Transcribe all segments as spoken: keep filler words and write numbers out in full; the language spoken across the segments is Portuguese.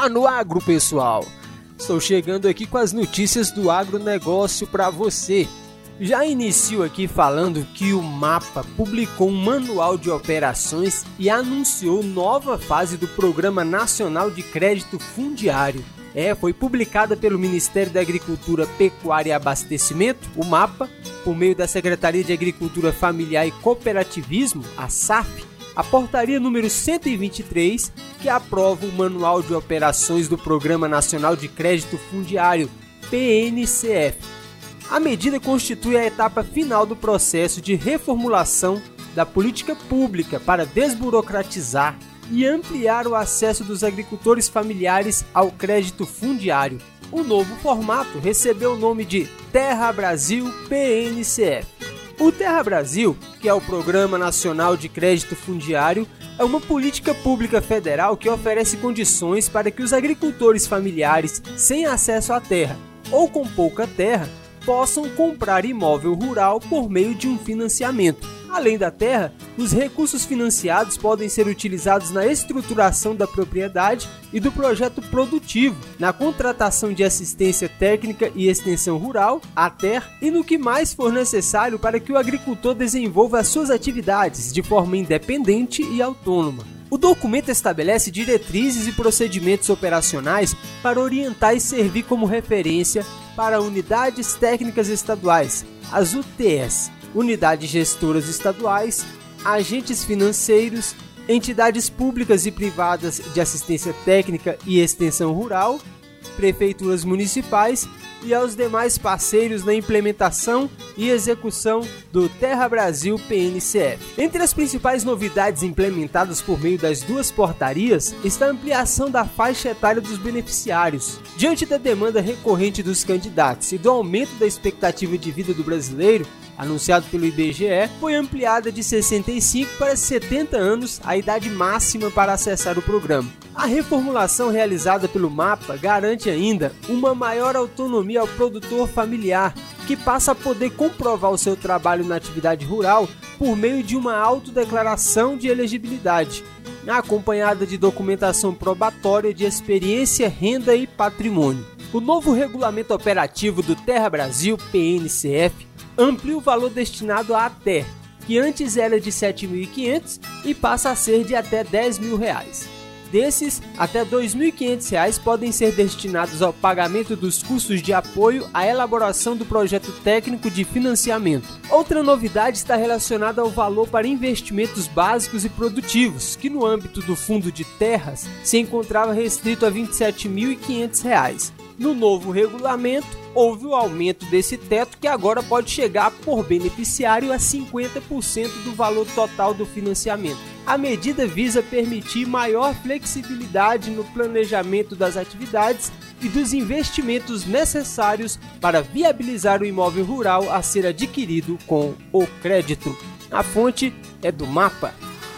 Tá no agro, pessoal. Estou chegando aqui com as notícias do agronegócio para você. Já inicio aqui falando que o MAPA publicou um manual de operações e anunciou nova fase do Programa Nacional de Crédito Fundiário. É, foi publicada pelo Ministério da Agricultura, Pecuária e Abastecimento, o MAPA, por meio da Secretaria de Agricultura Familiar e Cooperativismo, a S A F, a portaria número cento e vinte e três, que aprova o Manual de Operações do Programa Nacional de Crédito Fundiário, P N C F. A medida constitui a etapa final do processo de reformulação da política pública para desburocratizar e ampliar o acesso dos agricultores familiares ao crédito fundiário. O novo formato recebeu o nome de Terra Brasil P N C F. O Terra Brasil, que é o Programa Nacional de Crédito Fundiário, é uma política pública federal que oferece condições para que os agricultores familiares sem acesso à terra ou com pouca terra possam comprar imóvel rural por meio de um financiamento. Além da terra, os recursos financiados podem ser utilizados na estruturação da propriedade e do projeto produtivo, na contratação de assistência técnica e extensão rural, A T E R, e no que mais for necessário para que o agricultor desenvolva as suas atividades de forma independente e autônoma. O documento estabelece diretrizes e procedimentos operacionais para orientar e servir como referência para unidades técnicas estaduais, as U T Es, unidades gestoras estaduais, agentes financeiros, entidades públicas e privadas de assistência técnica e extensão rural, prefeituras municipais e aos demais parceiros na implementação e execução do Terra Brasil P N C F. Entre as principais novidades implementadas por meio das duas portarias está a ampliação da faixa etária dos beneficiários. Diante da demanda recorrente dos candidatos e do aumento da expectativa de vida do brasileiro, anunciado pelo I B G E, foi ampliada de sessenta e cinco para setenta anos a idade máxima para acessar o programa. A reformulação realizada pelo MAPA garante ainda uma maior autonomia ao produtor familiar, que passa a poder comprovar o seu trabalho na atividade rural por meio de uma autodeclaração de elegibilidade, acompanhada de documentação probatória de experiência, renda e patrimônio. O novo regulamento operativo do Terra Brasil P N C F amplia o valor destinado à T E R, que antes era de sete mil e quinhentos reais e passa a ser de até dez mil reais. Desses, até dois mil e quinhentos reais podem ser destinados ao pagamento dos custos de apoio à elaboração do projeto técnico de financiamento. Outra novidade está relacionada ao valor para investimentos básicos e produtivos, que no âmbito do Fundo de Terras se encontrava restrito a vinte e sete mil e quinhentos reais. No novo regulamento, houve o aumento desse teto, que agora pode chegar por beneficiário a cinquenta por cento do valor total do financiamento. A medida visa permitir maior flexibilidade no planejamento das atividades e dos investimentos necessários para viabilizar o imóvel rural a ser adquirido com o crédito. A fonte é do MAPA.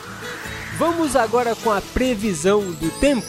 Vamos agora com a previsão do tempo.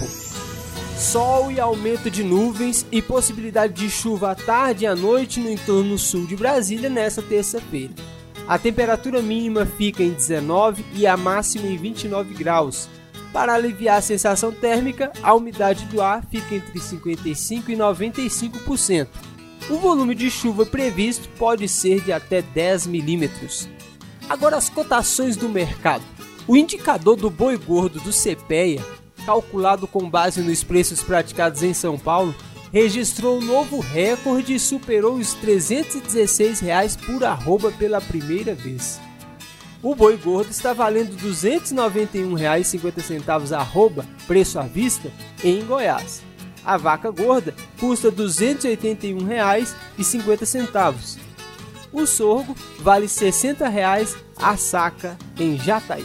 Sol e aumento de nuvens e possibilidade de chuva à tarde e à noite no entorno sul de Brasília nesta terça-feira. A temperatura mínima fica em dezenove e a máxima em vinte e nove graus. Para aliviar a sensação térmica, a umidade do ar fica entre cinquenta e cinco por cento e noventa e cinco por cento. O volume de chuva previsto pode ser de até dez milímetros. Agora as cotações do mercado. O indicador do boi gordo do CEPEA, calculado com base nos preços praticados em São Paulo, registrou um novo recorde e superou os trezentos e dezesseis reais por arroba pela primeira vez. O boi gordo está valendo duzentos e noventa e um reais e cinquenta centavos arroba, preço à vista, em Goiás. A vaca gorda custa duzentos e oitenta e um reais e cinquenta centavos. O sorgo vale sessenta reais a saca em Jataí.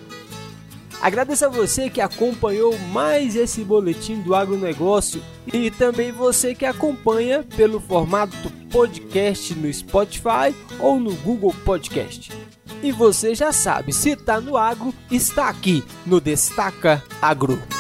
Agradeço a você que acompanhou mais esse boletim do agronegócio e também você que acompanha pelo formato podcast no Spotify ou no Google Podcast. E você já sabe, se está no agro, está aqui no Destaca Agro.